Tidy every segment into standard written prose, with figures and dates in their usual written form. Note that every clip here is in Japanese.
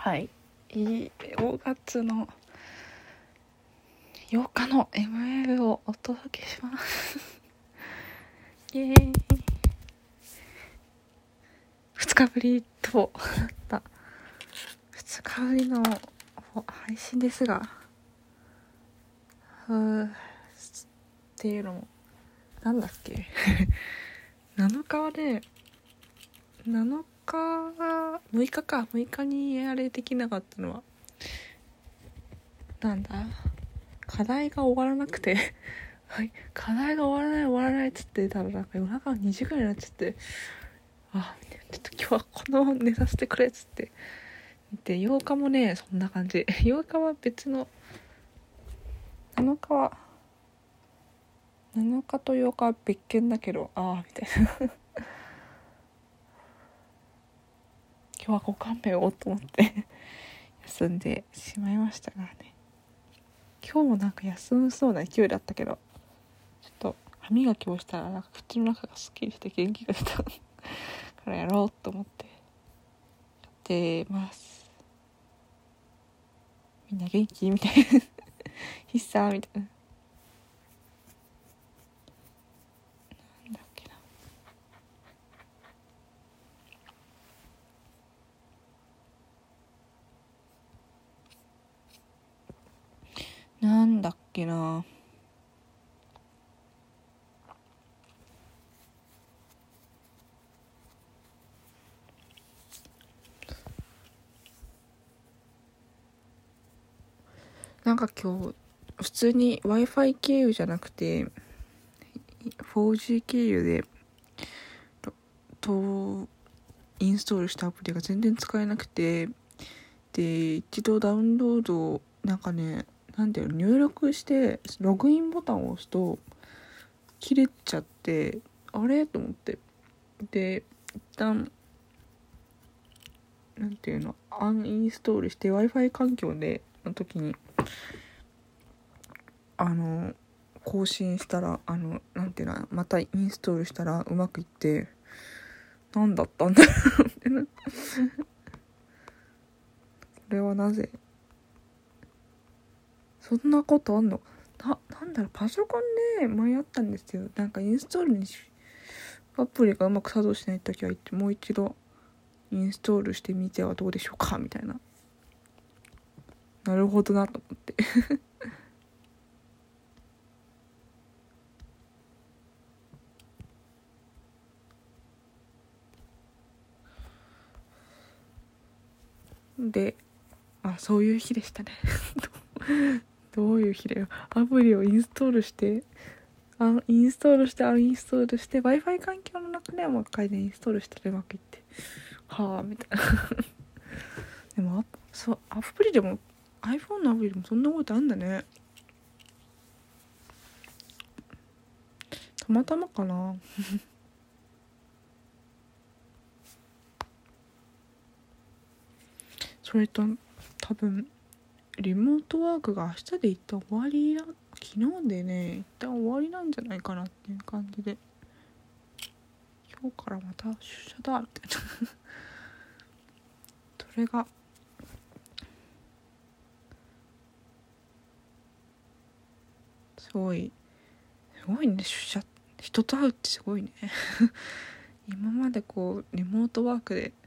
はい、5月の8日の ML をお届けしますイエーイ。2日ぶりとなった2日ぶりの配信ですが、っていうのもなんだっけ7日はね、7日が6日にあれできなかったのはなんだ、課題が終わらなくてはい、課題が終わらないっつってたらなんか夜中2時ぐらいになっちゃって、ちょっと今日はこの寝させてくれっつってで、8日もねそんな感じ。8日は別の、7日と8日は別件だけど、みたいな今日はご勘弁をと思って休んでしまいましたがね。今日もなんか休むそうな勢いだったけど、ちょっと歯磨きをしたらなんか口の中がすっきりして元気が出たからやろうと思ってやってます。みんな元気みたいな必殺みたいな。なんだっけな。なんか今日普通に Wi-Fi 経由じゃなくて 4G 経由でインストールしたアプリが全然使えなくて、で一度ダウンロードなんかね、なんだよ、入力してログインボタンを押すと切れちゃって、あれと思って、で一旦なんていうの、アンインストールして Wi-Fi 環境での時に更新したらなんていうの、またインストールしたらうまくいって、なんだったんだろうってなこれはなぜそんなことあんの。なんだろう、パソコンで前あったんですよ。なんかインストールにアプリがうまく作動しないときは言って、もう一度インストールしてみてはどうでしょうかみたいな。なるほどなと思ってで、そういう日でしたねどういう日だよ。アプリをインストールしてインストールして Wi-Fi 環境の中ではもう一回でインストールしたらうまくいって、みたいなでもアプリでも iPhone のアプリでもそんなことあんだね。たまたまかなそれと多分リモートワークが明日で一旦終わりだ、昨日でね一旦終わりなんじゃないかなっていう感じで、今日からまた出社だみたいなそれがすごいね。出社、人と会うってすごいね今までこうリモートワークで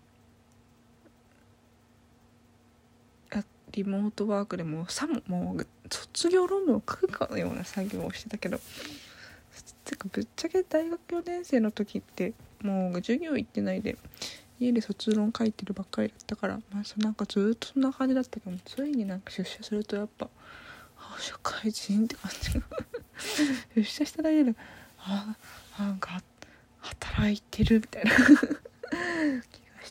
ももう卒業論文を書くかのような作業をしてたけど、てかぶっちゃけ大学4年生の時ってもう授業行ってないで家で卒論書いてるばっかりだったから、なんかずっとそんな感じだったけど、ついになんか出社するとやっぱ社会人って感じが出社しただけでなんか働いてるみたいな気がして、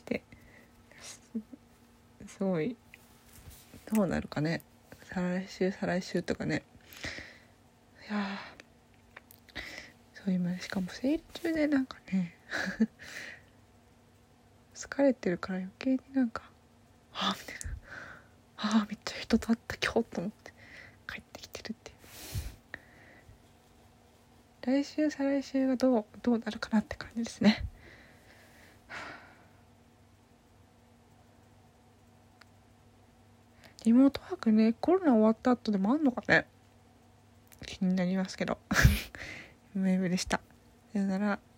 すごいどうなるかね。再来週とかね。いやそう、今しかも生理中でなんかね疲れてるから余計になんかみたいな、めっちゃ人と会った今日と思って帰ってきてるっていう。来週再来週がどうなるかなって感じですね。 リモートワークね、コロナ終わった後でもあんのかね、気になりますけどメールでした。さよなら。